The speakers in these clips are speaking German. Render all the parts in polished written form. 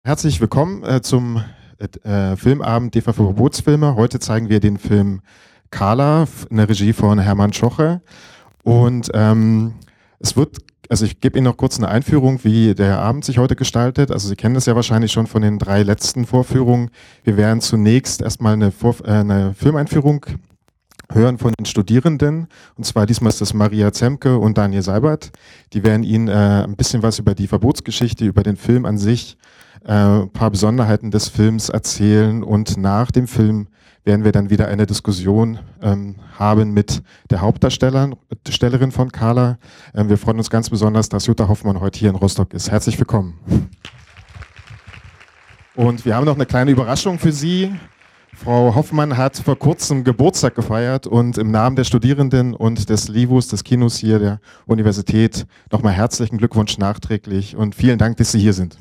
Herzlich willkommen zum Filmabend DEFA für Verbotsfilme. Heute zeigen wir den Film Carla, eine Regie von Hermann Tschoche. Und ich gebe Ihnen noch kurz eine Einführung, wie der Abend sich heute gestaltet. Also Sie kennen das ja wahrscheinlich schon von den 3 letzten Vorführungen. Wir werden zunächst erstmal eine Filmeinführung hören von den Studierenden. Und zwar diesmal ist das Maria Zemke und Daniel Seibert. Die werden Ihnen ein bisschen was über die Verbotsgeschichte, über den Film an sich, ein paar Besonderheiten des Films erzählen, und nach dem Film werden wir dann wieder eine Diskussion haben mit der Hauptdarstellerin von Carla. Wir freuen uns ganz besonders, dass Jutta Hoffmann heute hier in Rostock ist. Herzlich willkommen. Und wir haben noch eine kleine Überraschung für Sie. Frau Hoffmann hat vor kurzem Geburtstag gefeiert, und im Namen der Studierenden und des LIVUS, des Kinos hier der Universität, nochmal herzlichen Glückwunsch nachträglich und vielen Dank, dass Sie hier sind.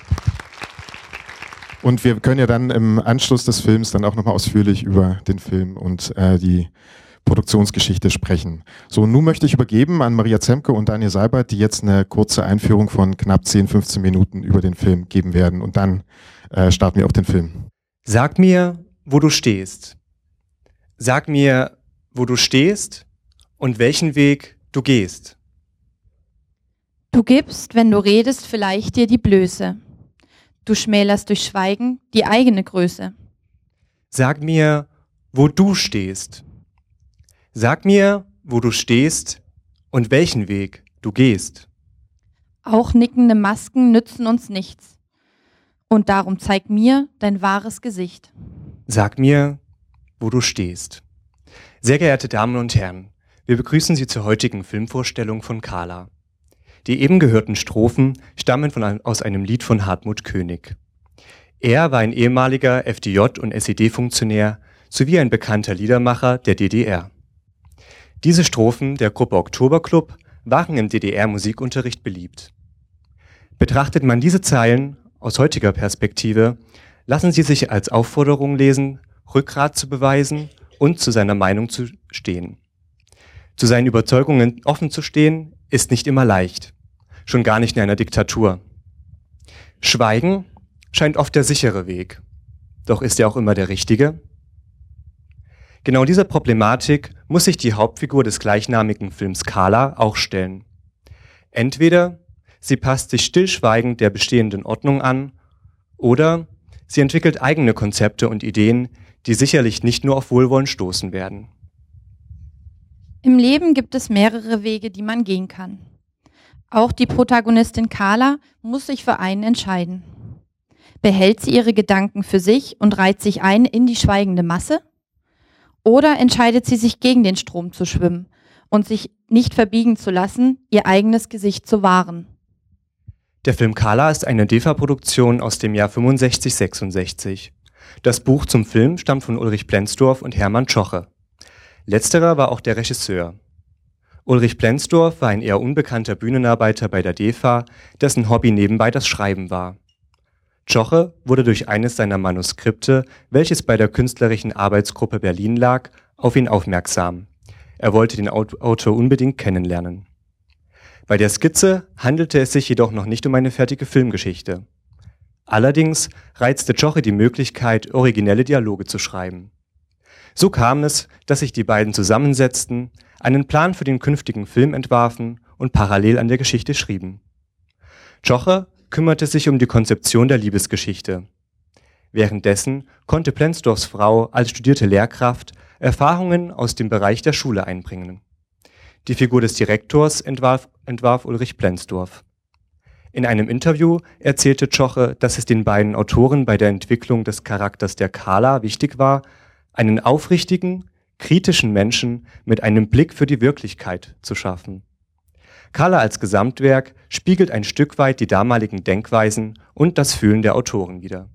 Und wir können ja dann im Anschluss des Films dann auch nochmal ausführlich über den Film und die Produktionsgeschichte sprechen. So, nun möchte ich übergeben an Maria Zemke und Daniel Seibert, die jetzt eine kurze Einführung von knapp 10-15 Minuten über den Film geben werden. Und dann starten wir auch den Film. Sag mir, wo du stehst. Sag mir, wo du stehst und welchen Weg du gehst. Du gibst, wenn du redest, vielleicht dir die Blöße. Du schmälerst durch Schweigen die eigene Größe. Sag mir, wo du stehst. Sag mir, wo du stehst und welchen Weg du gehst. Auch nickende Masken nützen uns nichts. Und darum zeig mir dein wahres Gesicht. Sag mir, wo du stehst. Sehr geehrte Damen und Herren, wir begrüßen Sie zur heutigen Filmvorstellung von Carla. Die eben gehörten Strophen stammen aus einem Lied von Hartmut König. Er war ein ehemaliger FDJ- und SED-Funktionär sowie ein bekannter Liedermacher der DDR. Diese Strophen der Gruppe Oktoberclub waren im DDR-Musikunterricht beliebt. Betrachtet man diese Zeilen aus heutiger Perspektive, lassen sie sich als Aufforderung lesen, Rückgrat zu beweisen und zu seiner Meinung zu stehen. Zu seinen Überzeugungen offen zu stehen, ist nicht immer leicht, schon gar nicht in einer Diktatur. Schweigen scheint oft der sichere Weg, doch ist er auch immer der richtige? Genau dieser Problematik muss sich die Hauptfigur des gleichnamigen Films Carla auch stellen. Entweder sie passt sich stillschweigend der bestehenden Ordnung an, oder sie entwickelt eigene Konzepte und Ideen, die sicherlich nicht nur auf Wohlwollen stoßen werden. Im Leben gibt es mehrere Wege, die man gehen kann. Auch die Protagonistin Carla muss sich für einen entscheiden. Behält sie ihre Gedanken für sich und reiht sich ein in die schweigende Masse? Oder entscheidet sie sich gegen den Strom zu schwimmen und sich nicht verbiegen zu lassen, ihr eigenes Gesicht zu wahren? Der Film Carla ist eine DEFA-Produktion aus dem Jahr 65/66. Das Buch zum Film stammt von Ulrich Plenzdorf und Hermann Tschoche. Letzterer war auch der Regisseur. Ulrich Plenzdorf war ein eher unbekannter Bühnenarbeiter bei der DEFA, dessen Hobby nebenbei das Schreiben war. Tschoche wurde durch eines seiner Manuskripte, welches bei der Künstlerischen Arbeitsgruppe Berlin lag, auf ihn aufmerksam. Er wollte den Autor unbedingt kennenlernen. Bei der Skizze handelte es sich jedoch noch nicht um eine fertige Filmgeschichte. Allerdings reizte Tschoche die Möglichkeit, originelle Dialoge zu schreiben. So kam es, dass sich die beiden zusammensetzten, einen Plan für den künftigen Film entwarfen und parallel an der Geschichte schrieben. Tschoche kümmerte sich um die Konzeption der Liebesgeschichte. Währenddessen konnte Plenzdorfs Frau als studierte Lehrkraft Erfahrungen aus dem Bereich der Schule einbringen. Die Figur des Direktors entwarf Ulrich Plenzdorf. In einem Interview erzählte Tschoche, dass es den beiden Autoren bei der Entwicklung des Charakters der Carla wichtig war, einen aufrichtigen, kritischen Menschen mit einem Blick für die Wirklichkeit zu schaffen. Carla als Gesamtwerk spiegelt ein Stück weit die damaligen Denkweisen und das Fühlen der Autoren wider.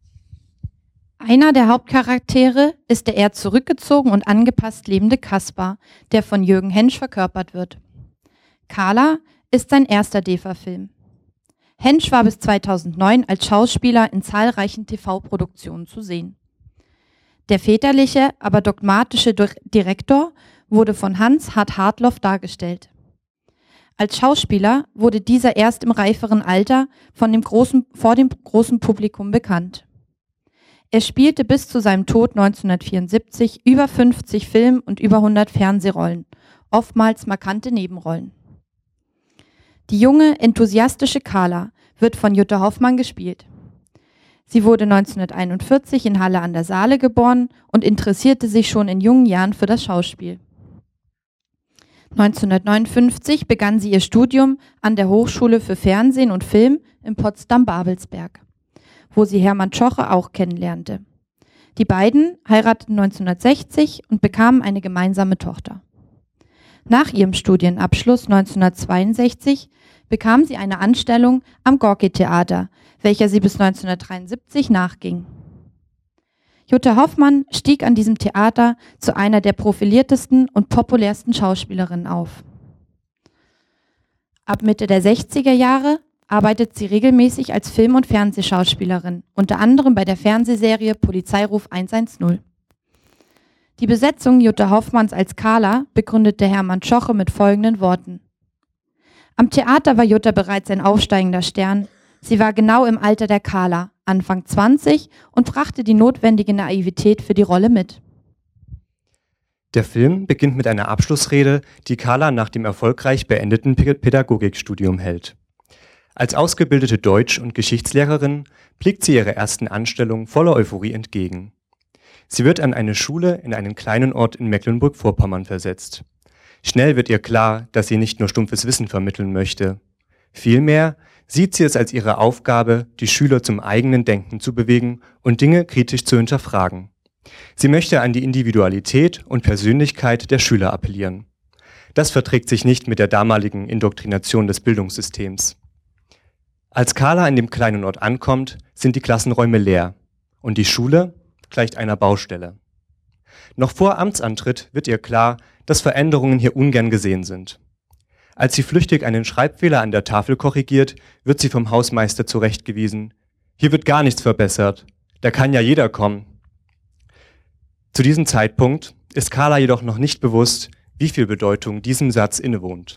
Einer der Hauptcharaktere ist der eher zurückgezogen und angepasst lebende Kaspar, der von Jürgen Hensch verkörpert wird. Carla ist sein erster DEFA-Film. Hensch war bis 2009 als Schauspieler in zahlreichen TV-Produktionen zu sehen. Der väterliche, aber dogmatische Direktor wurde von Hans Hart Hartloff dargestellt. Als Schauspieler wurde dieser erst im reiferen Alter vor dem großen Publikum bekannt. Er spielte bis zu seinem Tod 1974 über 50 Film- und über 100 Fernsehrollen, oftmals markante Nebenrollen. Die junge, enthusiastische Carla wird von Jutta Hoffmann gespielt. Sie wurde 1941 in Halle an der Saale geboren und interessierte sich schon in jungen Jahren für das Schauspiel. 1959 begann sie ihr Studium an der Hochschule für Fernsehen und Film in Potsdam-Babelsberg, wo sie Hermann Tschoche auch kennenlernte. Die beiden heirateten 1960 und bekamen eine gemeinsame Tochter. Nach ihrem Studienabschluss 1962 bekam sie eine Anstellung am Gorki-Theater, welcher sie bis 1973 nachging. Jutta Hoffmann stieg an diesem Theater zu einer der profiliertesten und populärsten Schauspielerinnen auf. Ab Mitte der 60er Jahre arbeitet sie regelmäßig als Film- und Fernsehschauspielerin, unter anderem bei der Fernsehserie Polizeiruf 110. Die Besetzung Jutta Hoffmanns als Carla begründete Hermann Tschoche mit folgenden Worten: Am Theater war Jutta bereits ein aufsteigender Stern. Sie war genau im Alter der Carla, Anfang 20, und brachte die notwendige Naivität für die Rolle mit. Der Film beginnt mit einer Abschlussrede, die Carla nach dem erfolgreich beendeten Pädagogikstudium hält. Als ausgebildete Deutsch- und Geschichtslehrerin blickt sie ihrer ersten Anstellung voller Euphorie entgegen. Sie wird an eine Schule in einen kleinen Ort in Mecklenburg-Vorpommern versetzt. Schnell wird ihr klar, dass sie nicht nur stumpfes Wissen vermitteln möchte. Vielmehr sieht sie es als ihre Aufgabe, die Schüler zum eigenen Denken zu bewegen und Dinge kritisch zu hinterfragen. Sie möchte an die Individualität und Persönlichkeit der Schüler appellieren. Das verträgt sich nicht mit der damaligen Indoktrination des Bildungssystems. Als Carla in dem kleinen Ort ankommt, sind die Klassenräume leer und die Schule gleicht einer Baustelle. Noch vor Amtsantritt wird ihr klar, dass Veränderungen hier ungern gesehen sind. Als sie flüchtig einen Schreibfehler an der Tafel korrigiert, wird sie vom Hausmeister zurechtgewiesen. Hier wird gar nichts verbessert. Da kann ja jeder kommen. Zu diesem Zeitpunkt ist Carla jedoch noch nicht bewusst, wie viel Bedeutung diesem Satz innewohnt.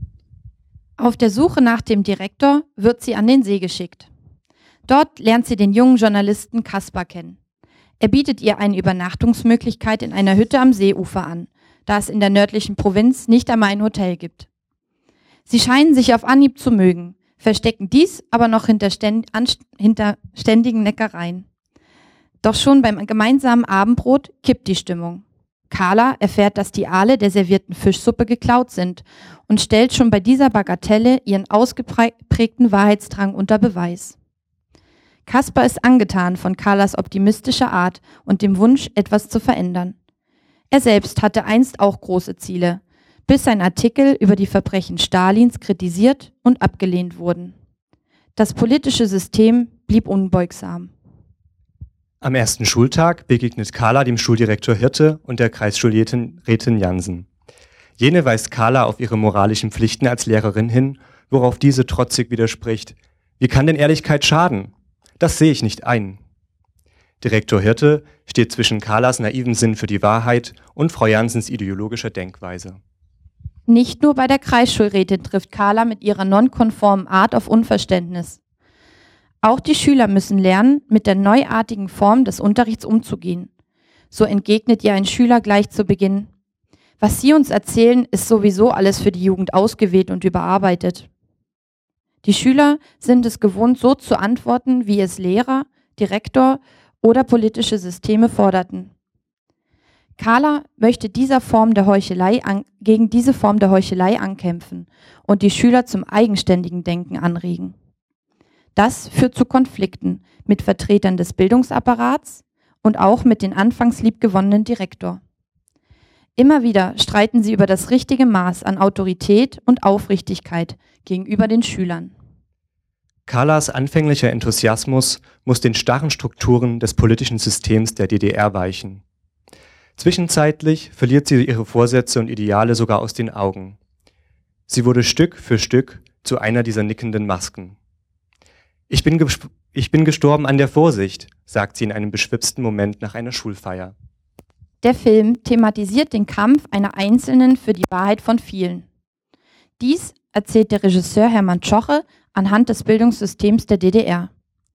Auf der Suche nach dem Direktor wird sie an den See geschickt. Dort lernt sie den jungen Journalisten Kaspar kennen. Er bietet ihr eine Übernachtungsmöglichkeit in einer Hütte am Seeufer an, da es in der nördlichen Provinz nicht einmal ein Hotel gibt. Sie scheinen sich auf Anhieb zu mögen, verstecken dies aber noch hinter ständigen Neckereien. Doch schon beim gemeinsamen Abendbrot kippt die Stimmung. Carla erfährt, dass die Aale der servierten Fischsuppe geklaut sind und stellt schon bei dieser Bagatelle ihren ausgeprägten Wahrheitsdrang unter Beweis. Kaspar ist angetan von Carlas optimistischer Art und dem Wunsch, etwas zu verändern. Er selbst hatte einst auch große Ziele, bis sein Artikel über die Verbrechen Stalins kritisiert und abgelehnt wurden. Das politische System blieb unbeugsam. Am ersten Schultag begegnet Carla dem Schuldirektor Hirte und der Kreisschulrätin Jansen. Jene weist Carla auf ihre moralischen Pflichten als Lehrerin hin, worauf diese trotzig widerspricht: Wie kann denn Ehrlichkeit schaden? Das sehe ich nicht ein. Direktor Hirte steht zwischen Carlas naiven Sinn für die Wahrheit und Frau Jansens ideologischer Denkweise. Nicht nur bei der Kreisschulrätin trifft Carla mit ihrer nonkonformen Art auf Unverständnis. Auch die Schüler müssen lernen, mit der neuartigen Form des Unterrichts umzugehen. So entgegnet ihr ein Schüler gleich zu Beginn: Was Sie uns erzählen, ist sowieso alles für die Jugend ausgewählt und überarbeitet. Die Schüler sind es gewohnt, so zu antworten, wie es Lehrer, Direktor oder politische Systeme forderten. Carla möchte gegen diese Form der Heuchelei ankämpfen und die Schüler zum eigenständigen Denken anregen. Das führt zu Konflikten mit Vertretern des Bildungsapparats und auch mit dem anfangs liebgewonnenen Direktor. Immer wieder streiten sie über das richtige Maß an Autorität und Aufrichtigkeit gegenüber den Schülern. Carlas anfänglicher Enthusiasmus muss den starren Strukturen des politischen Systems der DDR weichen. Zwischenzeitlich verliert sie ihre Vorsätze und Ideale sogar aus den Augen. Sie wurde Stück für Stück zu einer dieser nickenden Masken. Ich bin gestorben an der Vorsicht, sagt sie in einem beschwipsten Moment nach einer Schulfeier. Der Film thematisiert den Kampf einer Einzelnen für die Wahrheit von vielen. Dies erzählt der Regisseur Hermann Tschoche anhand des Bildungssystems der DDR.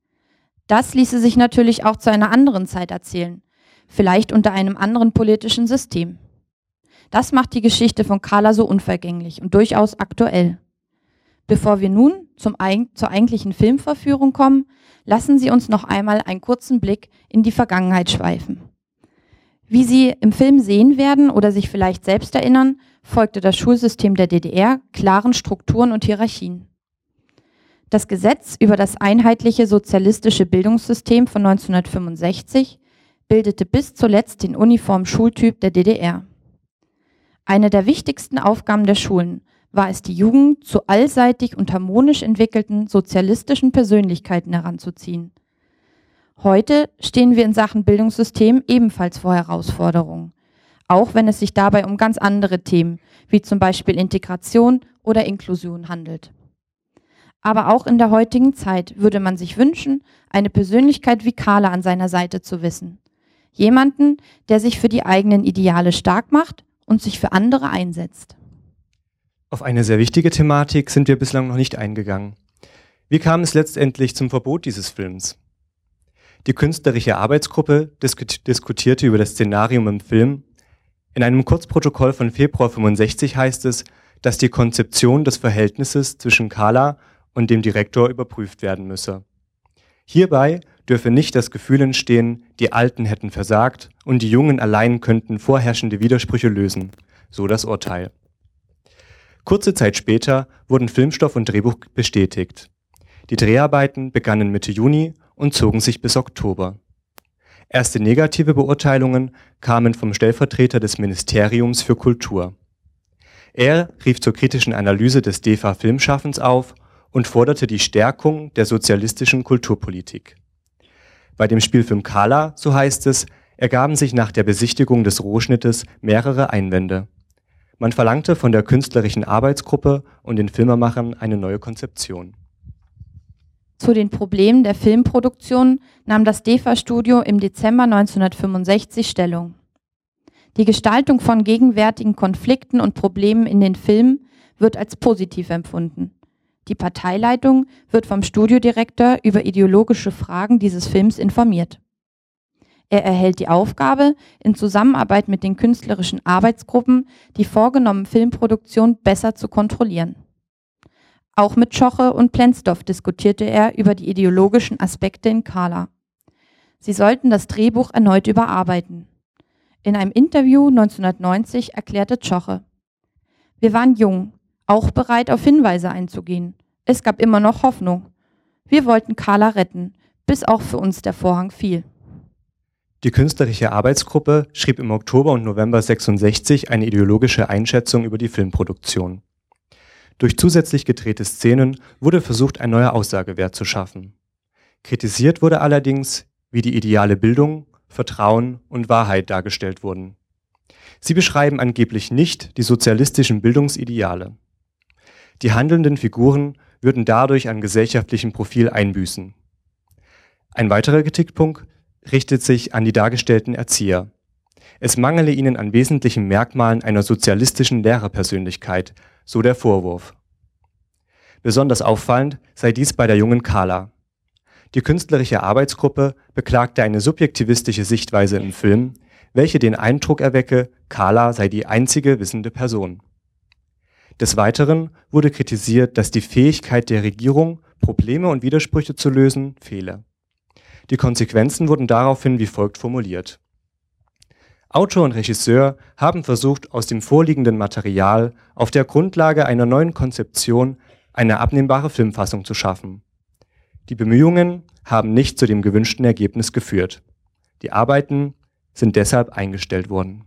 Das ließe sich natürlich auch zu einer anderen Zeit erzählen, vielleicht unter einem anderen politischen System. Das macht die Geschichte von Kala so unvergänglich und durchaus aktuell. Bevor wir nun zur eigentlichen Filmvorführung kommen, lassen Sie uns noch einmal einen kurzen Blick in die Vergangenheit schweifen. Wie Sie im Film sehen werden oder sich vielleicht selbst erinnern, folgte das Schulsystem der DDR klaren Strukturen und Hierarchien. Das Gesetz über das einheitliche sozialistische Bildungssystem von 1965 bildete bis zuletzt den uniformen Schultyp der DDR. Eine der wichtigsten Aufgaben der Schulen war es, die Jugend zu allseitig und harmonisch entwickelten sozialistischen Persönlichkeiten heranzuziehen. Heute stehen wir in Sachen Bildungssystem ebenfalls vor Herausforderungen, auch wenn es sich dabei um ganz andere Themen, wie zum Beispiel Integration oder Inklusion handelt. Aber auch in der heutigen Zeit würde man sich wünschen, eine Persönlichkeit wie Kala an seiner Seite zu wissen. Jemanden, der sich für die eigenen Ideale stark macht und sich für andere einsetzt. Auf eine sehr wichtige Thematik sind wir bislang noch nicht eingegangen. Wie kam es letztendlich zum Verbot dieses Films? Die künstlerische Arbeitsgruppe diskutierte über das Szenarium im Film. In einem Kurzprotokoll von Februar 1965 heißt es, dass die Konzeption des Verhältnisses zwischen Kala und dem Direktor überprüft werden müsse. Hierbei dürfe nicht das Gefühl entstehen, die Alten hätten versagt und die Jungen allein könnten vorherrschende Widersprüche lösen, so das Urteil. Kurze Zeit später wurden Filmstoff und Drehbuch bestätigt. Die Dreharbeiten begannen Mitte Juni und zogen sich bis Oktober. Erste negative Beurteilungen kamen vom Stellvertreter des Ministeriums für Kultur. Er rief zur kritischen Analyse des DEFA-Filmschaffens auf und forderte die Stärkung der sozialistischen Kulturpolitik. Bei dem Spielfilm Kala, so heißt es, ergaben sich nach der Besichtigung des Rohschnittes mehrere Einwände. Man verlangte von der künstlerischen Arbeitsgruppe und den Filmemachern eine neue Konzeption. Zu den Problemen der Filmproduktion nahm das DEFA-Studio im Dezember 1965 Stellung. Die Gestaltung von gegenwärtigen Konflikten und Problemen in den Filmen wird als positiv empfunden. Die Parteileitung wird vom Studiodirektor über ideologische Fragen dieses Films informiert. Er erhält die Aufgabe, in Zusammenarbeit mit den künstlerischen Arbeitsgruppen die vorgenommene Filmproduktion besser zu kontrollieren. Auch mit Tschoche und Plenzdorf diskutierte er über die ideologischen Aspekte in Kala. Sie sollten das Drehbuch erneut überarbeiten. In einem Interview 1990 erklärte Tschoche: Wir waren jung, auch bereit, auf Hinweise einzugehen. Es gab immer noch Hoffnung. Wir wollten Kala retten, bis auch für uns der Vorhang fiel. Die künstlerische Arbeitsgruppe schrieb im Oktober und November 1966 eine ideologische Einschätzung über die Filmproduktion. Durch zusätzlich gedrehte Szenen wurde versucht, ein neuer Aussagewert zu schaffen. Kritisiert wurde allerdings, wie die ideale Bildung, Vertrauen und Wahrheit dargestellt wurden. Sie beschreiben angeblich nicht die sozialistischen Bildungsideale. Die handelnden Figuren würden dadurch an gesellschaftlichem Profil einbüßen. Ein weiterer Kritikpunkt richtet sich an die dargestellten Erzieher. Es mangele ihnen an wesentlichen Merkmalen einer sozialistischen Lehrerpersönlichkeit, so der Vorwurf. Besonders auffallend sei dies bei der jungen Kala. Die künstlerische Arbeitsgruppe beklagte eine subjektivistische Sichtweise im Film, welche den Eindruck erwecke, Kala sei die einzige wissende Person. Des Weiteren wurde kritisiert, dass die Fähigkeit der Regierung, Probleme und Widersprüche zu lösen, fehle. Die Konsequenzen wurden daraufhin wie folgt formuliert: Autor und Regisseur haben versucht, aus dem vorliegenden Material auf der Grundlage einer neuen Konzeption eine abnehmbare Filmfassung zu schaffen. Die Bemühungen haben nicht zu dem gewünschten Ergebnis geführt. Die Arbeiten sind deshalb eingestellt worden.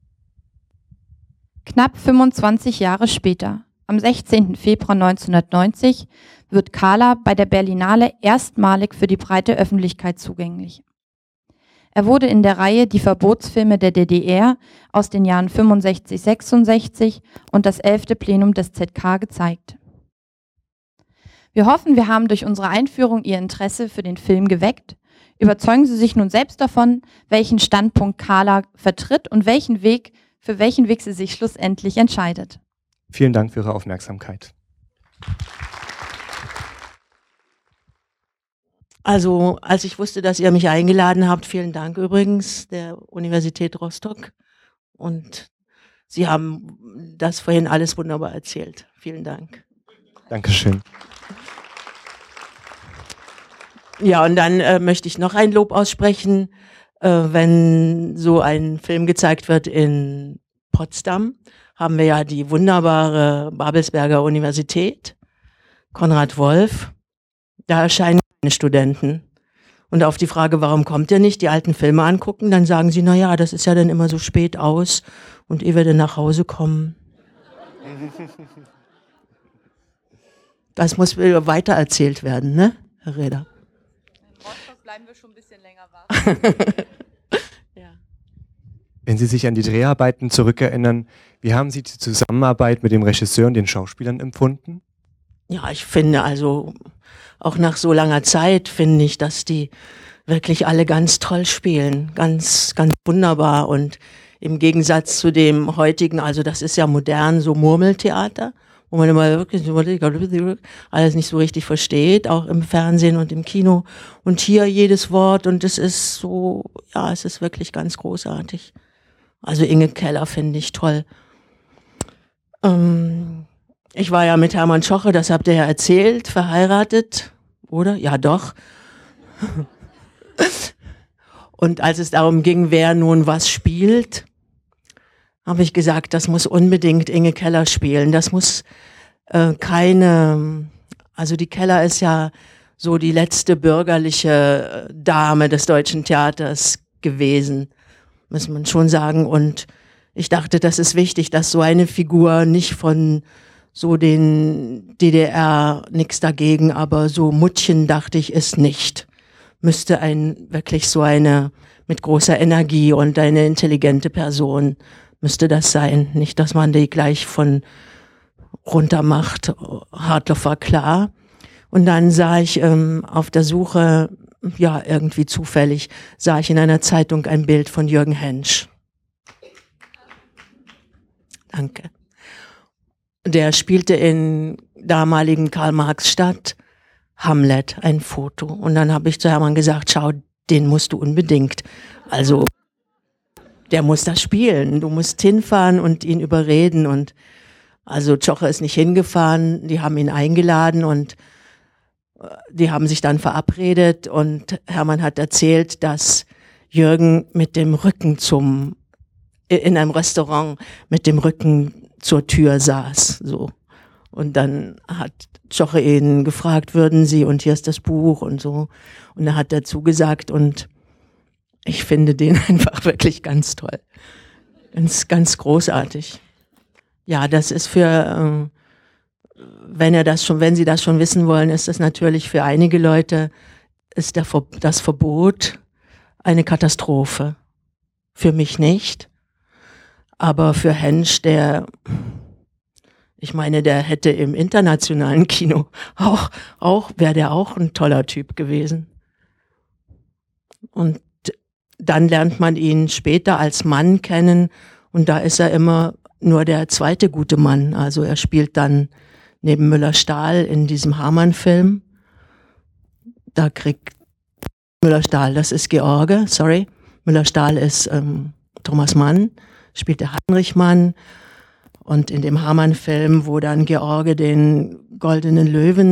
Knapp 25 Jahre später, am 16. Februar 1990, wird Kala bei der Berlinale erstmalig für die breite Öffentlichkeit zugänglich. Er wurde in der Reihe Die Verbotsfilme der DDR aus den Jahren 65-66 und das 11. Plenum des ZK gezeigt. Wir hoffen, wir haben durch unsere Einführung Ihr Interesse für den Film geweckt. Überzeugen Sie sich nun selbst davon, welchen Standpunkt Kala vertritt und für welchen Weg sie sich schlussendlich entscheidet. Vielen Dank für Ihre Aufmerksamkeit. Also, als ich wusste, dass ihr mich eingeladen habt, vielen Dank übrigens der Universität Rostock. Und Sie haben das vorhin alles wunderbar erzählt. Vielen Dank. Dankeschön. Ja, und dann möchte ich noch ein Lob aussprechen, wenn so ein Film gezeigt wird in Potsdam, haben wir ja die wunderbare Babelsberger Universität, Konrad Wolf. Da erscheinen Studenten. Und auf die Frage, warum kommt ihr nicht, die alten Filme angucken, dann sagen sie, na ja, das ist ja dann immer so spät aus und ehe wir dann nach Hause kommen. Das muss weitererzählt werden, ne, Herr Reder? In Rostock bleiben wir schon ein bisschen länger wach. Ja. Wenn Sie sich an die Dreharbeiten zurückerinnern, wie haben Sie die Zusammenarbeit mit dem Regisseur und den Schauspielern empfunden? Ja, ich finde also, auch nach so langer Zeit finde ich, dass die wirklich alle ganz toll spielen. Ganz, ganz wunderbar. Und im Gegensatz zu dem heutigen, also das ist ja modern, so Murmeltheater, wo man immer wirklich alles nicht so richtig versteht, auch im Fernsehen und im Kino. Und hier jedes Wort und es ist so, ja, es ist wirklich ganz großartig. Also Inge Keller finde ich toll. Ich war ja mit Hermann Schoche, das habt ihr ja erzählt, verheiratet, oder? Ja, doch. Und als es darum ging, wer nun was spielt, habe ich gesagt, das muss unbedingt Inge Keller spielen. Das muss also die Keller ist ja so die letzte bürgerliche Dame des deutschen Theaters gewesen, muss man schon sagen. Und ich dachte, das ist wichtig, dass so eine Figur nicht von so den DDR, nix dagegen, aber so Muttchen, dachte ich, ist nicht. Müsste wirklich so eine mit großer Energie und eine intelligente Person müsste das sein. Nicht, dass man die gleich von runter macht. Hartloff war klar. Und dann sah ich auf der Suche, ja, irgendwie zufällig, sah ich in einer Zeitung ein Bild von Jürgen Hensch. Danke. Der spielte in damaligen Karl-Marx-Stadt Hamlet, ein Foto. Und dann habe ich zu Hermann gesagt, schau, den musst du unbedingt. Also, der muss das spielen. Du musst hinfahren und ihn überreden. Und also Schoche ist nicht hingefahren, die haben ihn eingeladen und die haben sich dann verabredet. Und Hermann hat erzählt, dass Jürgen mit dem Rücken in einem Restaurant mit dem Rücken zur Tür saß, so. Und dann hat Schoche ihn gefragt, würden Sie, und hier ist das Buch und so. Und er hat dazu gesagt und ich finde den einfach wirklich ganz toll. Ganz, ganz großartig. Ja, das ist für, wenn Sie das schon wissen wollen, ist das natürlich für einige Leute, ist das Verbot eine Katastrophe. Für mich nicht. Aber für Hensch, der hätte im internationalen Kino wäre der auch ein toller Typ gewesen. Und dann lernt man ihn später als Mann kennen und da ist er immer nur der zweite gute Mann. Also er spielt dann neben Müller-Stahl in diesem Hamann-Film. Da kriegt Müller-Stahl, das ist George, sorry. Müller-Stahl ist Thomas Mann. Spielt der Heinrich Mann und in dem Hamann-Film, wo dann George den silbernen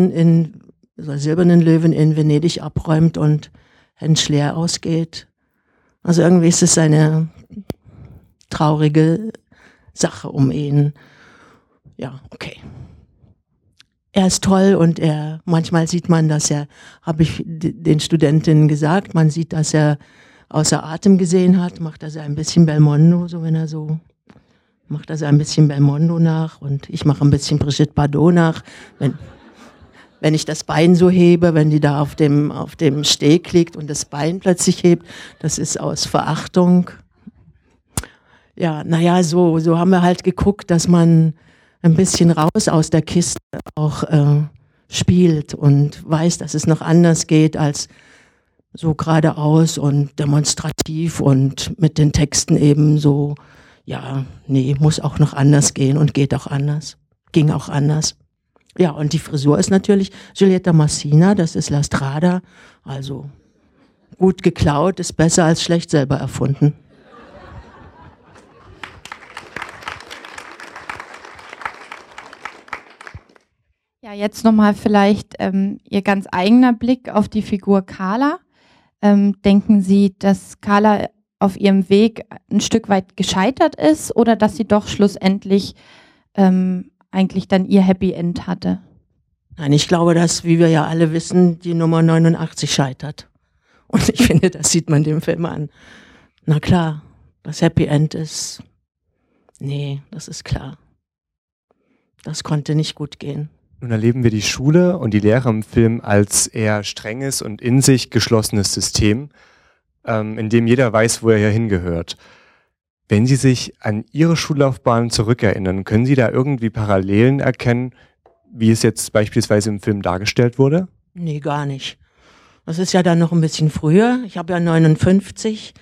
Löwen in Venedig abräumt und Hensch leer ausgeht. Also irgendwie ist es eine traurige Sache um ihn. Ja, okay. Er ist toll und manchmal sieht man, habe ich den Studentinnen gesagt, man sieht, dass er außer Atem gesehen hat, macht er so ein bisschen Belmondo, macht er so ein bisschen Belmondo nach und ich mache ein bisschen Brigitte Bardot nach. Wenn ich das Bein so hebe, wenn die da auf dem Steg liegt und das Bein plötzlich hebt, das ist aus Verachtung. Ja, naja, so haben wir halt geguckt, dass man ein bisschen raus aus der Kiste auch spielt und weiß, dass es noch anders geht als so geradeaus und demonstrativ und mit den Texten eben so, ja, nee, muss auch noch anders gehen und geht auch anders. Ging auch anders. Ja, und die Frisur ist natürlich Giulietta Massina, das ist La Strada, also gut geklaut, ist besser als schlecht selber erfunden. Ja, jetzt nochmal vielleicht Ihr ganz eigener Blick auf die Figur Carla. Denken Sie, dass Carla auf ihrem Weg ein Stück weit gescheitert ist oder dass sie doch schlussendlich eigentlich dann ihr Happy End hatte? Nein, ich glaube, dass, wie wir ja alle wissen, die Nummer 89 scheitert. Und ich finde, das sieht man dem Film an. Na klar, das Happy End ist, nee, das ist klar. Das konnte nicht gut gehen. Nun erleben wir die Schule und die Lehre im Film als eher strenges und in sich geschlossenes System, in dem jeder weiß, wo er hier hingehört. Wenn Sie sich an Ihre Schullaufbahn zurückerinnern, können Sie da irgendwie Parallelen erkennen, wie es jetzt beispielsweise im Film dargestellt wurde? Nee, gar nicht. Das ist ja dann noch ein bisschen früher. Ich habe ja 59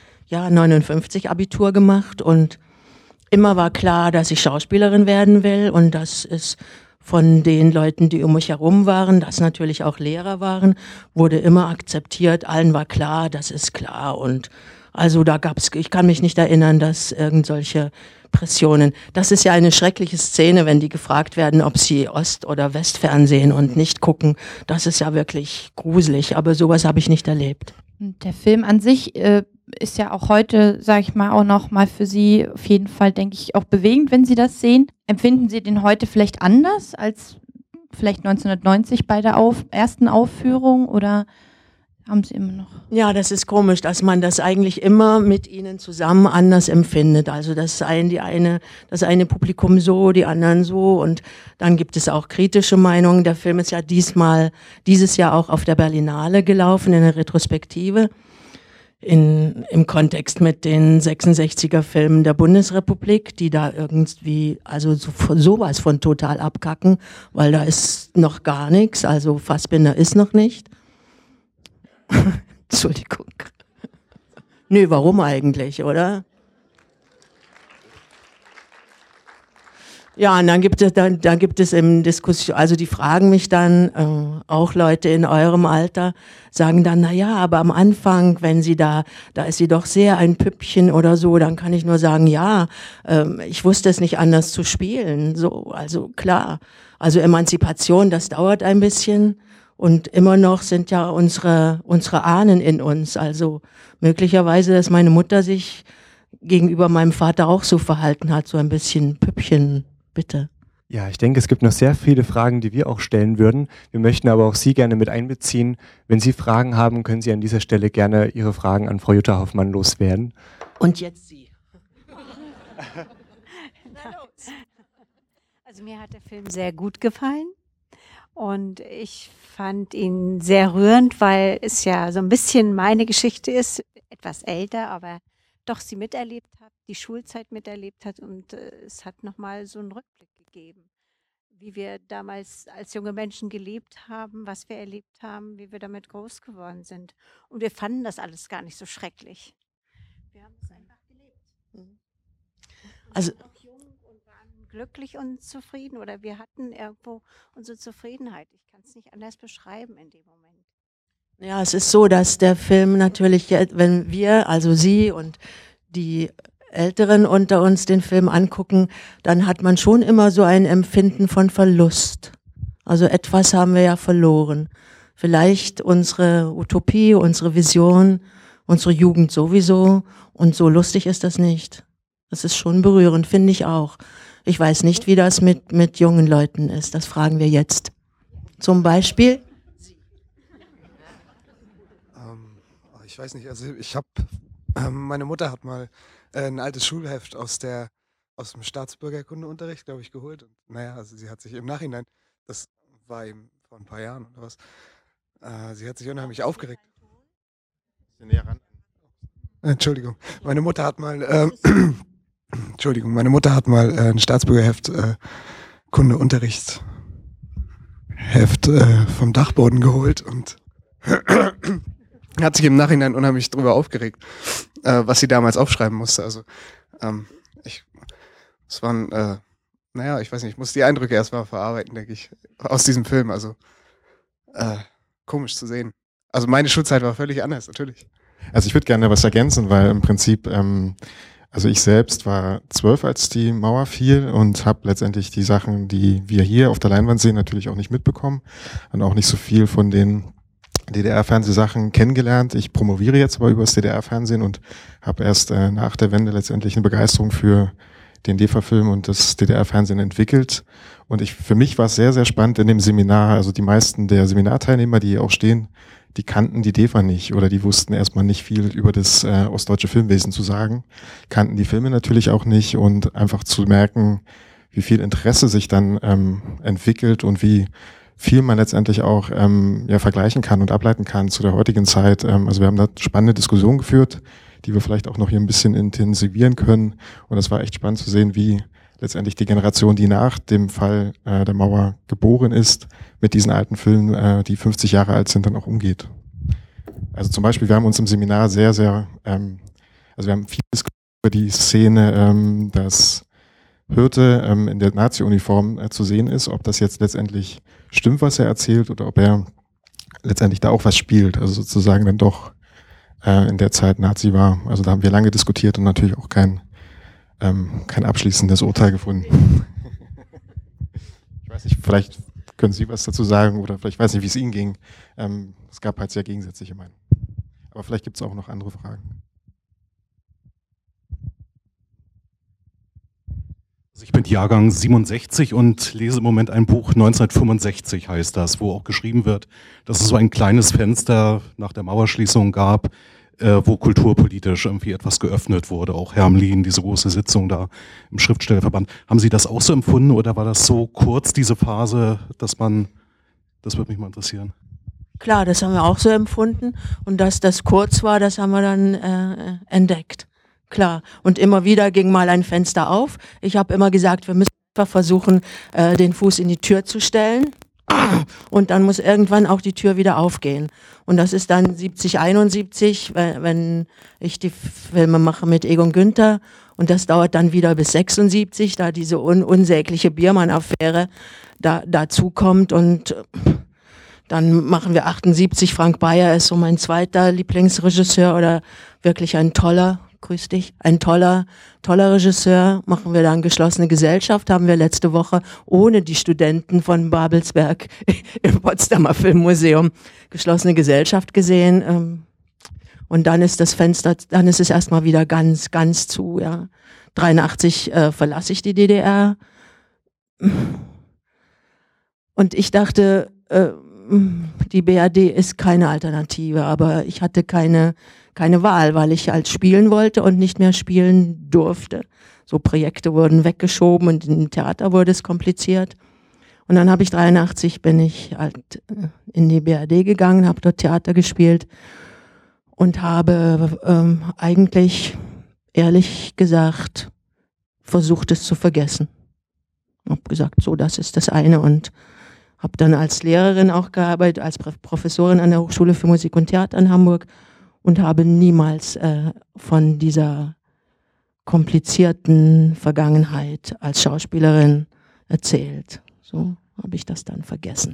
Abitur gemacht und immer war klar, dass ich Schauspielerin werden will und das ist von den Leuten, die um mich herum waren, das natürlich auch Lehrer waren, wurde immer akzeptiert, allen war klar, das ist klar und also da gab's, ich kann mich nicht erinnern, dass irgendwelche Pressionen, das ist ja eine schreckliche Szene, wenn die gefragt werden, ob sie Ost- oder Westfernsehen und nicht gucken, das ist ja wirklich gruselig, aber sowas habe ich nicht erlebt. Der Film an sich ist ja auch heute, sage ich mal, auch noch mal für Sie auf jeden Fall, denke ich, auch bewegend, wenn Sie das sehen. Empfinden Sie den heute vielleicht anders als vielleicht 1990 bei der ersten Aufführung oder haben Sie immer noch? Ja, das ist komisch, dass man das eigentlich immer mit ihnen zusammen anders empfindet. Also das eine Publikum so, die anderen so und dann gibt es auch kritische Meinungen. Der Film ist ja dieses Jahr auch auf der Berlinale gelaufen in der Retrospektive. Im Kontext mit den 66er Filmen der Bundesrepublik, die da irgendwie, also sowas von total abkacken, weil da ist noch gar nichts, also Fassbinder ist noch nicht. Entschuldigung. Nö, warum eigentlich, oder? Ja, und dann gibt es im Diskussion, also die fragen mich dann, auch Leute in eurem Alter, sagen dann, na ja, aber am Anfang, wenn sie da ist sie doch sehr ein Püppchen oder so, dann kann ich nur sagen, ja, ich wusste es nicht anders zu spielen, so, also klar. Also Emanzipation, das dauert ein bisschen und immer noch sind ja unsere Ahnen in uns, also möglicherweise, dass meine Mutter sich gegenüber meinem Vater auch so verhalten hat, so ein bisschen Püppchen. Bitte. Ja, ich denke, es gibt noch sehr viele Fragen, die wir auch stellen würden. Wir möchten aber auch Sie gerne mit einbeziehen. Wenn Sie Fragen haben, können Sie an dieser Stelle gerne Ihre Fragen an Frau Jutta Hoffmann loswerden. Und jetzt Sie. Also mir hat der Film sehr gut gefallen und ich fand ihn sehr rührend, weil es ja so ein bisschen meine Geschichte ist, etwas älter, aber doch sie miterlebt hat, die Schulzeit miterlebt hat und es hat nochmal so einen Rückblick gegeben, wie wir damals als junge Menschen gelebt haben, was wir erlebt haben, wie wir damit groß geworden sind. Und wir fanden das alles gar nicht so schrecklich. Wir haben es einfach gelebt. Also noch jung und waren glücklich und zufrieden oder wir hatten irgendwo unsere Zufriedenheit. Ich kann es nicht anders beschreiben in dem Moment. ja, es ist so, dass der Film natürlich, wenn wir, also Sie und die Älteren unter uns den Film angucken, dann hat man schon immer so ein Empfinden von Verlust. Also etwas haben wir ja verloren. Vielleicht unsere Utopie, unsere Vision, unsere Jugend sowieso. Und so lustig ist das nicht. Das ist schon berührend, finde ich auch. Ich weiß nicht, wie das mit jungen Leuten ist. Das fragen wir jetzt. Zum Beispiel? Ich weiß nicht, also meine Mutter hat mal ein altes Schulheft aus dem Staatsbürgerkundeunterricht, glaube ich, geholt. Und naja, also sie hat sich im Nachhinein, das war eben vor ein paar Jahren oder was, sie hat sich unheimlich aufgeregt. Entschuldigung, meine Mutter hat mal ein Staatsbürgerheft Kundeunterricht Heft vom Dachboden geholt und hat sich im Nachhinein unheimlich drüber aufgeregt, was sie damals aufschreiben musste. Also es waren naja, ich weiß nicht, ich muss die Eindrücke erstmal verarbeiten, denke ich, aus diesem Film. Also komisch zu sehen. Also meine Schulzeit war völlig anders, natürlich. Also ich würde gerne was ergänzen, weil im Prinzip, also ich selbst war 12, als die Mauer fiel und habe letztendlich die Sachen, die wir hier auf der Leinwand sehen, natürlich auch nicht mitbekommen und auch nicht so viel von den DDR-Fernsehsachen kennengelernt. Ich promoviere jetzt aber über das DDR-Fernsehen und habe erst nach der Wende letztendlich eine Begeisterung für den DEFA-Film und das DDR-Fernsehen entwickelt. Und für mich war es sehr, sehr spannend in dem Seminar. Also die meisten der Seminarteilnehmer, die hier auch stehen, die kannten die DEFA nicht oder die wussten erstmal nicht viel über das ostdeutsche Filmwesen zu sagen, kannten die Filme natürlich auch nicht und einfach zu merken, wie viel Interesse sich dann entwickelt und wie viel man letztendlich auch vergleichen kann und ableiten kann zu der heutigen Zeit. Also wir haben da spannende Diskussionen geführt, die wir vielleicht auch noch hier ein bisschen intensivieren können. Und es war echt spannend zu sehen, wie letztendlich die Generation, die nach dem Fall der Mauer geboren ist, mit diesen alten Filmen, die 50 Jahre alt sind, dann auch umgeht. Also zum Beispiel, wir haben uns im Seminar sehr, sehr, also wir haben viel diskutiert über die Szene, dass Hirte in der Nazi-Uniform zu sehen ist, ob das jetzt letztendlich stimmt, was er erzählt, oder ob er letztendlich da auch was spielt, also sozusagen dann doch in der Zeit Nazi war. Also da haben wir lange diskutiert und natürlich auch kein abschließendes Urteil gefunden. Ich weiß nicht, vielleicht können Sie was dazu sagen oder vielleicht weiß nicht, wie es Ihnen ging. Es gab halt sehr gegensätzliche Meinungen. Aber vielleicht gibt es auch noch andere Fragen. Also ich bin Jahrgang 67 und lese im Moment ein Buch, 1965 heißt das, wo auch geschrieben wird, dass es so ein kleines Fenster nach der Mauerschließung gab, wo kulturpolitisch irgendwie etwas geöffnet wurde. Auch Hermlin, diese große Sitzung da im Schriftstellerverband. Haben Sie das auch so empfunden oder war das so kurz, diese Phase, das würde mich mal interessieren. Klar, das haben wir auch so empfunden und dass das kurz war, das haben wir dann entdeckt. Klar. Und immer wieder ging mal ein Fenster auf. Ich habe immer gesagt, wir müssen einfach versuchen, den Fuß in die Tür zu stellen. Und dann muss irgendwann auch die Tür wieder aufgehen. Und das ist dann 70, 71, wenn ich die Filme mache mit Egon Günther. Und das dauert dann wieder bis 76, da diese unsägliche Biermann-Affäre dazu kommt. Und dann machen wir 78. Frank Bayer ist so mein zweiter Lieblingsregisseur oder wirklich ein toller, grüß dich, ein toller Regisseur. Machen wir dann Geschlossene Gesellschaft, haben wir letzte Woche ohne die Studenten von Babelsberg im Potsdamer Filmmuseum Geschlossene Gesellschaft gesehen. Und dann ist das Fenster, dann ist es erstmal wieder ganz, ganz zu, ja. 83 verlasse ich die DDR. Und ich dachte, die BRD ist keine Alternative, aber ich hatte keine Wahl, weil ich halt spielen wollte und nicht mehr spielen durfte. So Projekte wurden weggeschoben und im Theater wurde es kompliziert. Und dann habe ich 83, bin ich halt in die BRD gegangen, habe dort Theater gespielt und habe eigentlich, ehrlich gesagt, versucht es zu vergessen. Habe gesagt, so, das ist das eine und habe dann als Lehrerin auch gearbeitet, als Professorin an der Hochschule für Musik und Theater in Hamburg und habe niemals von dieser komplizierten Vergangenheit als Schauspielerin erzählt. So habe ich das dann vergessen.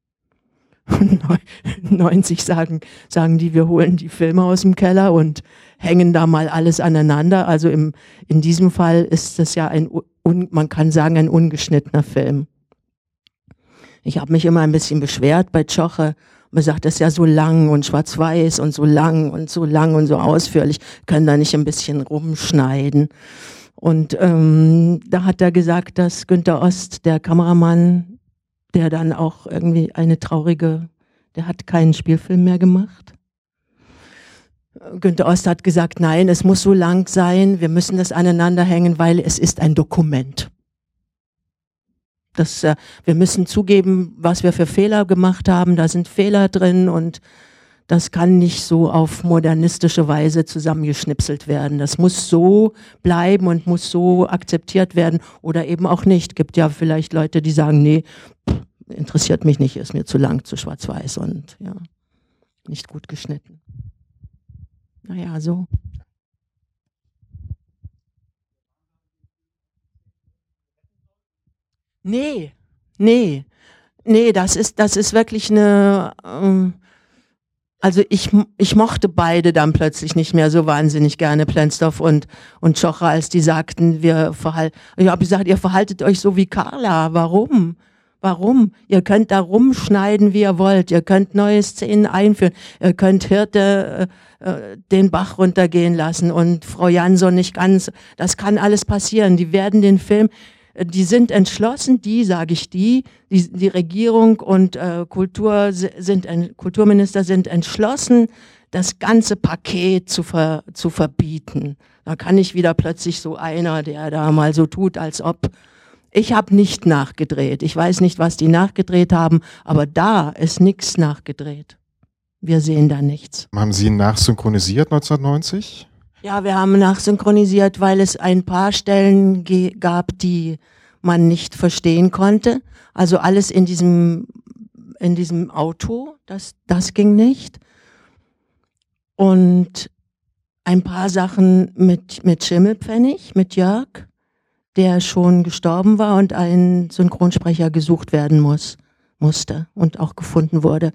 90 sagen die, wir holen die Filme aus dem Keller und hängen da mal alles aneinander. Also in diesem Fall ist das ja man kann sagen, ein ungeschnittener Film. Ich habe mich immer ein bisschen beschwert bei Tschoche. Man sagt, das ist ja so lang und schwarz-weiß und so lang und so ausführlich. Können da nicht ein bisschen rumschneiden? Und da hat er gesagt, dass Günter Ost, der Kameramann, der dann auch irgendwie der hat keinen Spielfilm mehr gemacht. Günter Ost hat gesagt, nein, es muss so lang sein, wir müssen das aneinander hängen, weil es ist ein Dokument. Wir müssen zugeben, was wir für Fehler gemacht haben, da sind Fehler drin und das kann nicht so auf modernistische Weise zusammengeschnipselt werden. Das muss so bleiben und muss so akzeptiert werden oder eben auch nicht. Gibt ja vielleicht Leute, die sagen, nee, interessiert mich nicht, ist mir zu lang, zu schwarz-weiß und ja, nicht gut geschnitten. Naja, so. Nee, das ist wirklich eine, also ich mochte beide dann plötzlich nicht mehr so wahnsinnig gerne, Plenzdorf und Tschocher, als die sagten, ich habe gesagt, ihr verhaltet euch so wie Carla, warum? Ihr könnt da rumschneiden, wie ihr wollt, ihr könnt neue Szenen einführen, ihr könnt Hirte den Bach runtergehen lassen und Frau Jansson nicht ganz, das kann alles passieren, die werden den Film, die sind entschlossen, die Regierung und Kulturminister sind entschlossen, das ganze Paket zu verbieten. Da kann ich wieder plötzlich so einer, der da mal so tut, als ob. Ich habe nicht nachgedreht. Ich weiß nicht, was die nachgedreht haben, aber da ist nichts nachgedreht. Wir sehen da nichts. Haben Sie nachsynchronisiert 1990? Ja, wir haben nachsynchronisiert, weil es ein paar Stellen gab, die man nicht verstehen konnte. Also alles in diesem Auto, das ging nicht. Und ein paar Sachen mit Schimmelpfennig, mit Jörg, der schon gestorben war und ein Synchronsprecher gesucht werden musste und auch gefunden wurde.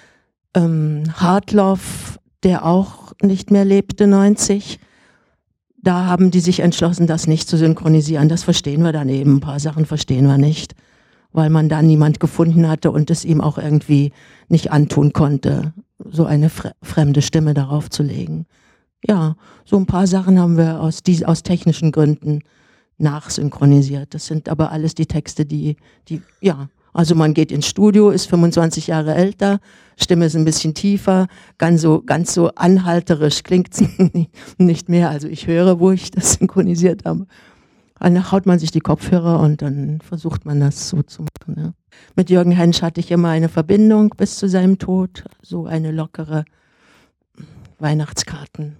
Hartloff, der auch nicht mehr lebte, 90, da haben die sich entschlossen, das nicht zu synchronisieren. Das verstehen wir dann eben. Ein paar Sachen verstehen wir nicht, weil man da niemand gefunden hatte und es ihm auch irgendwie nicht antun konnte, so eine fremde Stimme darauf zu legen. Ja, so ein paar Sachen haben wir aus technischen Gründen nachsynchronisiert. Das sind aber alles die Texte, also man geht ins Studio, ist 25 Jahre älter, Stimme ist ein bisschen tiefer, ganz so anhalterisch klingt's nicht mehr. Also ich höre, wo ich das synchronisiert habe. Dann haut man sich die Kopfhörer und dann versucht man das so zu machen. Ja. Mit Jürgen Hensch hatte ich immer eine Verbindung bis zu seinem Tod, so eine lockere Weihnachtskarten,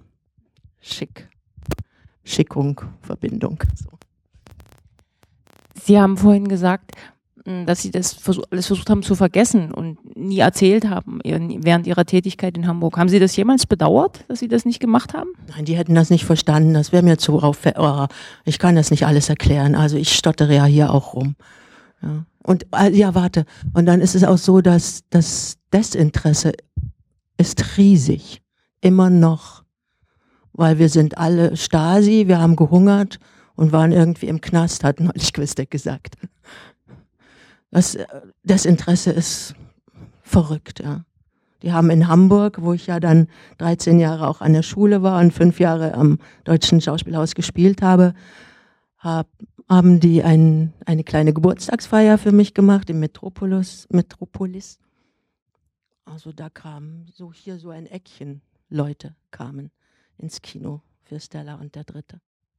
Verbindung. So. Sie haben vorhin gesagt, dass Sie das alles versucht haben zu vergessen und nie erzählt haben während Ihrer Tätigkeit in Hamburg. Haben Sie das jemals bedauert, dass Sie das nicht gemacht haben? Nein, die hätten das nicht verstanden. Das wäre mir ich kann das nicht alles erklären. Also ich stottere ja hier auch rum. Ja. Und warte. Und dann ist es auch so, dass das Desinteresse ist riesig. Immer noch. Weil wir sind alle Stasi, wir haben gehungert und waren irgendwie im Knast, hat neulich Quistek gesagt. Das Interesse ist verrückt, ja. Die haben in Hamburg, wo ich ja dann 13 Jahre auch an der Schule war und 5 Jahre am Deutschen Schauspielhaus gespielt habe, haben die eine kleine Geburtstagsfeier für mich gemacht im Metropolis. Also da kamen so ein Eckchen Leute kamen ins Kino für Stella und der Dritte.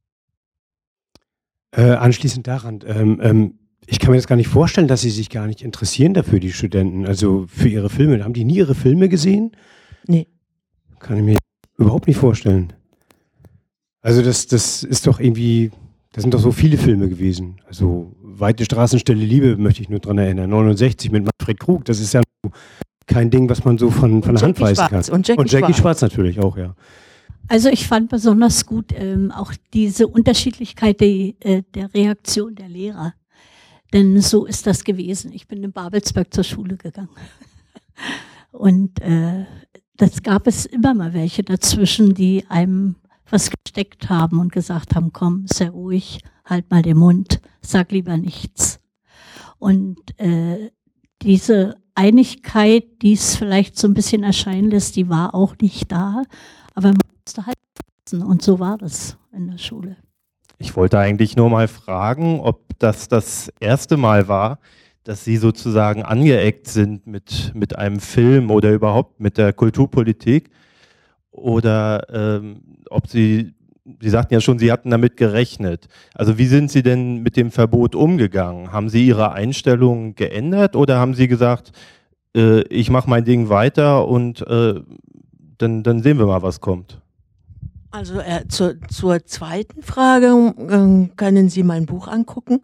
Anschließend daran, ich kann mir das gar nicht vorstellen, dass Sie sich gar nicht interessieren dafür, die Studenten, also für ihre Filme. Haben die nie ihre Filme gesehen? Nee. Kann ich mir überhaupt nicht vorstellen. Also das ist doch irgendwie, das sind doch so viele Filme gewesen. Also Weite Straßen, stille Liebe möchte ich nur dran erinnern. 69 mit Manfred Krug, das ist ja kein Ding, was man so von der Hand weisen kann. Und Jackie Schwarz natürlich auch, ja. Also ich fand besonders gut auch diese Unterschiedlichkeit der Reaktion der Lehrer. Denn so ist das gewesen. Ich bin in Babelsberg zur Schule gegangen. Und das gab es immer mal welche dazwischen, die einem was gesteckt haben und gesagt haben, komm, sei ruhig, halt mal den Mund, sag lieber nichts. Und diese Einigkeit, die es vielleicht so ein bisschen erscheinen lässt, die war auch nicht da. Aber man musste halt sitzen. Und so war das in der Schule. Ich wollte eigentlich nur mal fragen, ob das erste Mal war, dass Sie sozusagen angeeckt sind mit einem Film oder überhaupt mit der Kulturpolitik oder ob Sie sagten ja schon, Sie hatten damit gerechnet. Also wie sind Sie denn mit dem Verbot umgegangen? Haben Sie Ihre Einstellung geändert oder haben Sie gesagt, ich mache mein Ding weiter und dann sehen wir mal, was kommt? Also zur zweiten Frage, können Sie mein Buch angucken?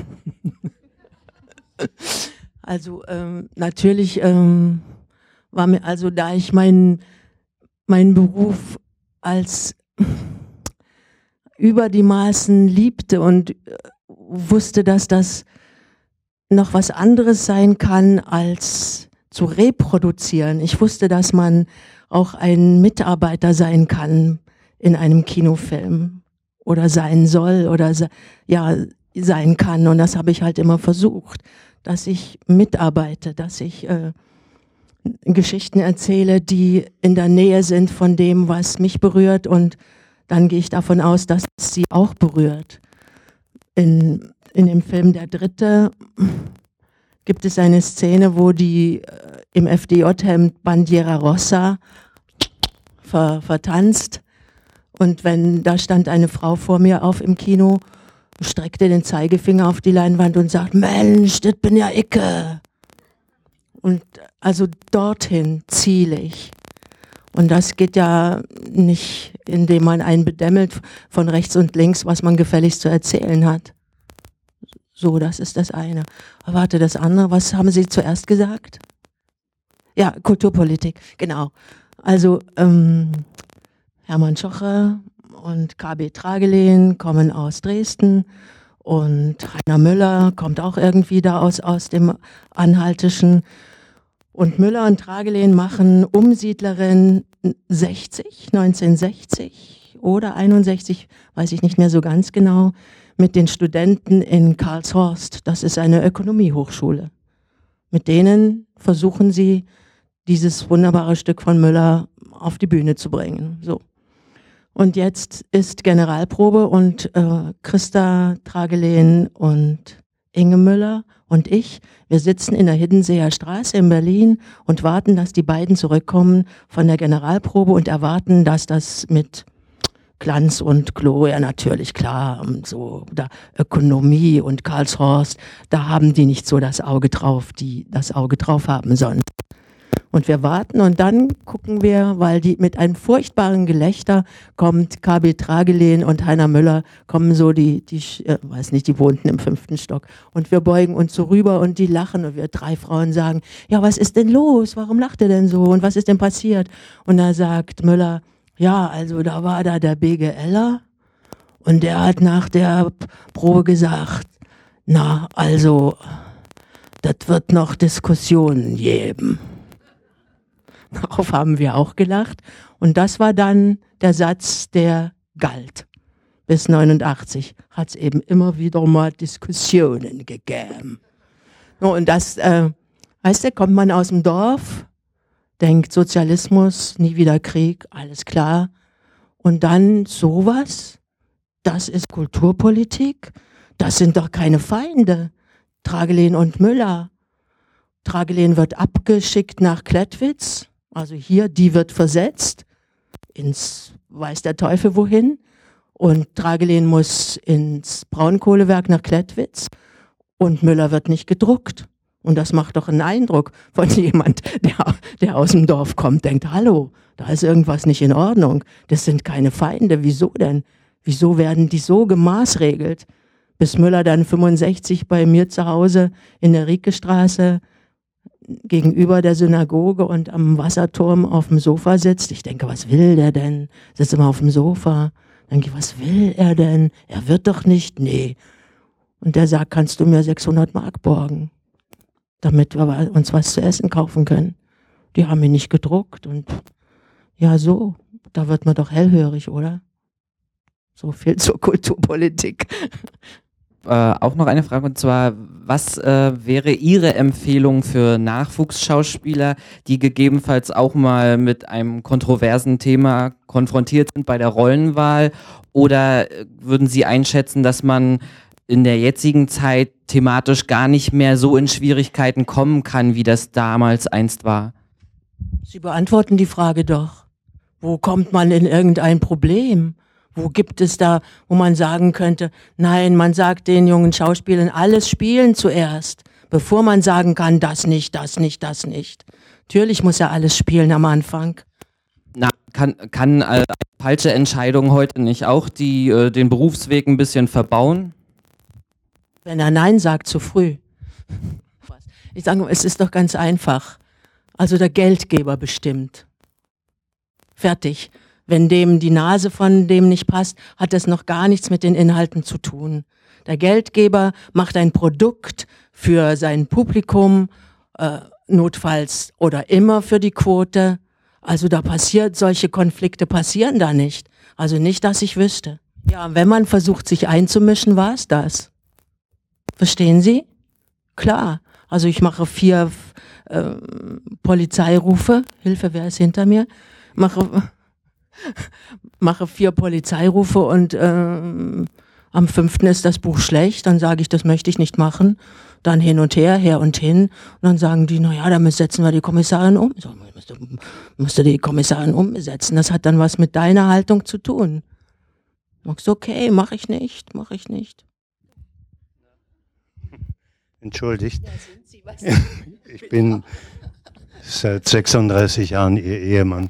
Also natürlich war mir, also da ich meinen Beruf als über die Maßen liebte und wusste, dass das noch was anderes sein kann als zu reproduzieren. Ich wusste, dass man auch ein Mitarbeiter sein kann in einem Kinofilm oder sein soll oder sein kann. Und das habe ich halt immer versucht, dass ich mitarbeite, dass ich Geschichten erzähle, die in der Nähe sind von dem, was mich berührt, und dann gehe ich davon aus, dass es sie auch berührt. In dem Film Der Dritte gibt es eine Szene, wo die im FDJ-Hemd Bandiera Rossa vertanzt, und da stand eine Frau vor mir auf im Kino, streckte den Zeigefinger auf die Leinwand und sagt, Mensch, das bin ja Icke. Und also dorthin ziele ich. Und das geht ja nicht, indem man einen bedämmelt von rechts und links, was man gefälligst zu erzählen hat. So, das ist das eine. Aber warte, das andere, was haben Sie zuerst gesagt? Ja, Kulturpolitik, genau. Also Hermann Schoche und KB Tragelehn kommen aus Dresden und Heiner Müller kommt auch irgendwie da aus dem Anhaltischen. Und Müller und Tragelehn machen Umsiedlerin 1960 oder 61, weiß ich nicht mehr so ganz genau, mit den Studenten in Karlshorst. Das ist eine Ökonomiehochschule. Mit denen versuchen sie, dieses wunderbare Stück von Müller auf die Bühne zu bringen. So. Und jetzt ist Generalprobe und Christa Tragelehn und Inge Müller und ich, wir sitzen in der Hiddenseer Straße in Berlin und warten, dass die beiden zurückkommen von der Generalprobe und erwarten, dass das mit Glanz und Gloria, natürlich, klar, so da Ökonomie und Karlshorst, da haben die nicht so das Auge drauf, die das Auge drauf haben sonst. Und wir warten und dann gucken wir, weil die mit einem furchtbaren Gelächter kommt KB Tragelehn und Heiner Müller, kommen so weiß nicht, die wohnten im 5. Stock. Und wir beugen uns so rüber und die lachen und wir 3 Frauen sagen, ja, was ist denn los? Warum lacht ihr denn so? Und was ist denn passiert? Und da sagt Müller, ja, also da war da der BGLer und der hat nach der Probe gesagt, na, also, das wird noch Diskussionen geben. Darauf haben wir auch gelacht. Und das war dann der Satz, der galt. Bis 89 hat es eben immer wieder mal Diskussionen gegeben. Und das, weißt du, kommt man aus dem Dorf, denkt Sozialismus, nie wieder Krieg, alles klar. Und dann sowas, das ist Kulturpolitik, das sind doch keine Feinde. Tragelehn und Müller. Tragelehn wird abgeschickt nach Klettwitz. Also hier, die wird versetzt ins weiß der Teufel wohin, und Tragelehn muss ins Braunkohlewerk nach Klettwitz und Müller wird nicht gedruckt. Und das macht doch einen Eindruck von jemand, der aus dem Dorf kommt, denkt, hallo, da ist irgendwas nicht in Ordnung. Das sind keine Feinde. Wieso denn? Wieso werden die so gemaßregelt? Bis Müller dann 65 bei mir zu Hause in der Riekestraße gegenüber der Synagoge und am Wasserturm auf dem Sofa sitzt. Ich denke, was will der denn? Sitzt immer auf dem Sofa. Denke ich, was will er denn? Er wird doch nicht, nee. Und der sagt, kannst du mir 600 Mark borgen, damit wir uns was zu essen kaufen können. Die haben ihn nicht gedruckt und ja, so, da wird man doch hellhörig, oder? So viel zur Kulturpolitik. Auch noch eine Frage, und zwar, was wäre Ihre Empfehlung für Nachwuchsschauspieler, die gegebenenfalls auch mal mit einem kontroversen Thema konfrontiert sind bei der Rollenwahl? Oder würden Sie einschätzen, dass man in der jetzigen Zeit thematisch gar nicht mehr so in Schwierigkeiten kommen kann, wie das damals einst war? Sie beantworten die Frage doch. Wo kommt man in irgendein Problem? Wo gibt es da, wo man sagen könnte, nein, man sagt den jungen Schauspielern, alles spielen zuerst, bevor man sagen kann, das nicht, das nicht, das nicht. Natürlich muss er alles spielen am Anfang. Na, kann eine falsche Entscheidung heute nicht auch den Berufsweg ein bisschen verbauen? Wenn er Nein sagt, zu früh. Ich sage, es ist doch ganz einfach. Also der Geldgeber bestimmt. Fertig. Wenn dem die Nase von dem nicht passt, hat das noch gar nichts mit den Inhalten zu tun. Der Geldgeber macht ein Produkt für sein Publikum, notfalls oder immer für die Quote. Also solche Konflikte passieren da nicht. Also nicht, dass ich wüsste. Ja, wenn man versucht, sich einzumischen, war es das. Verstehen Sie? Klar. Also ich mache 4 Polizeirufe. Hilfe, wer ist hinter mir? Mache 4 Polizeirufe und am 5. ist das Buch schlecht. Dann sage ich, das möchte ich nicht machen. Dann hin und her und hin. Und dann sagen die, naja, damit setzen wir die Kommissarin um. So, musst du die Kommissarin umsetzen. Das hat dann was mit deiner Haltung zu tun. Sagst okay, mach ich nicht. Entschuldigt. Ich bin seit 36 Jahren Ihr Ehemann.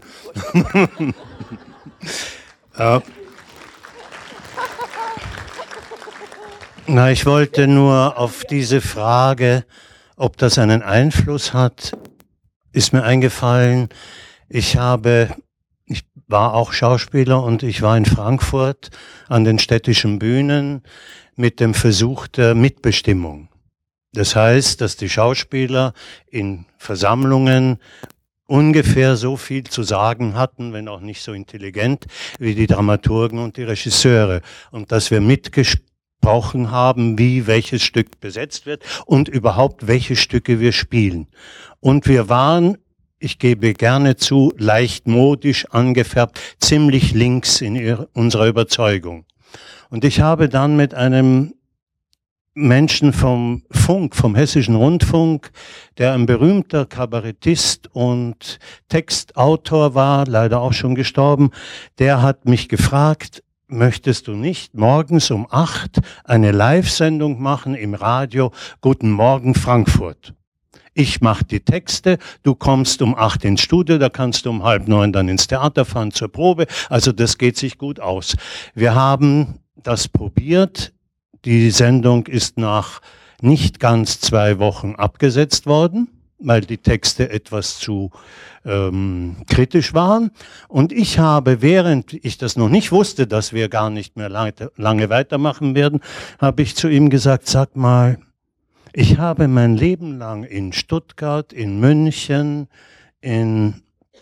Ich wollte nur auf diese Frage, ob das einen Einfluss hat, ist mir eingefallen. Ich war auch Schauspieler und ich war in Frankfurt an den städtischen Bühnen mit dem Versuch der Mitbestimmung. Das heißt, dass die Schauspieler in Versammlungen ungefähr so viel zu sagen hatten, wenn auch nicht so intelligent, wie die Dramaturgen und die Regisseure. Und dass wir mitgesprochen haben, wie welches Stück besetzt wird und überhaupt welche Stücke wir spielen. Und wir waren, ich gebe gerne zu, leicht modisch angefärbt, ziemlich links in unserer Überzeugung. Und ich habe dann mit einem Menschen vom Funk, vom Hessischen Rundfunk, der ein berühmter Kabarettist und Textautor war, leider auch schon gestorben, der hat mich gefragt, möchtest du nicht morgens um 8 eine Live-Sendung machen im Radio, Guten Morgen Frankfurt? Ich mache die Texte, du kommst um 8 ins Studio, da kannst du um 8:30 dann ins Theater fahren zur Probe, also das geht sich gut aus. Wir haben das probiert. Die Sendung ist nach nicht ganz 2 Wochen abgesetzt worden, weil die Texte etwas zu kritisch waren. Und ich habe, während ich das noch nicht wusste, dass wir gar nicht mehr lange weitermachen werden, habe ich zu ihm gesagt, sag mal, ich habe mein Leben lang in Stuttgart, in München, in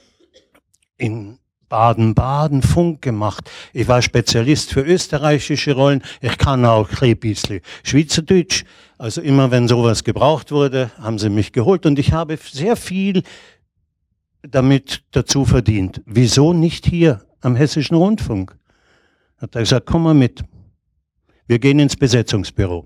Baden-Baden Funk gemacht. Ich war Spezialist für österreichische Rollen. Ich kann auch ein bisschen Schweizerdeutsch. Also immer wenn sowas gebraucht wurde, haben sie mich geholt und ich habe sehr viel damit dazu verdient. Wieso nicht hier am Hessischen Rundfunk? Hat er gesagt, komm mal mit. Wir gehen ins Besetzungsbüro.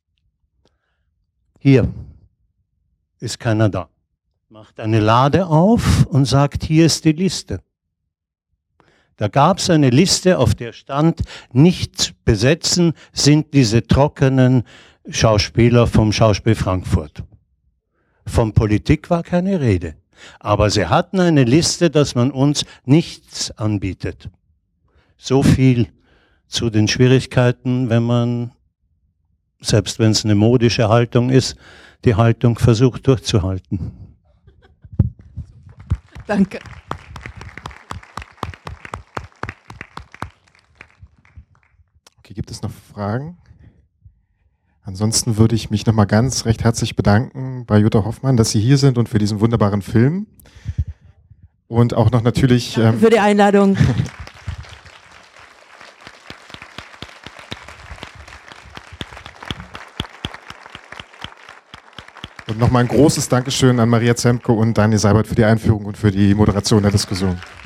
Hier ist keiner da. Macht eine Lade auf und sagt, hier ist die Liste. Da gab es eine Liste, auf der stand, nicht besetzen sind diese trockenen Schauspieler vom Schauspiel Frankfurt. Von Politik war keine Rede. Aber sie hatten eine Liste, dass man uns nichts anbietet. So viel zu den Schwierigkeiten, wenn man, selbst wenn es eine modische Haltung ist, die Haltung versucht durchzuhalten. Danke. Okay, gibt es noch Fragen? Ansonsten würde ich mich nochmal ganz recht herzlich bedanken bei Jutta Hoffmann, dass Sie hier sind und für diesen wunderbaren Film. Und auch noch natürlich... Danke für die Einladung. Und nochmal ein großes Dankeschön an Maria Zemke und Daniel Seibert für die Einführung und für die Moderation der Diskussion.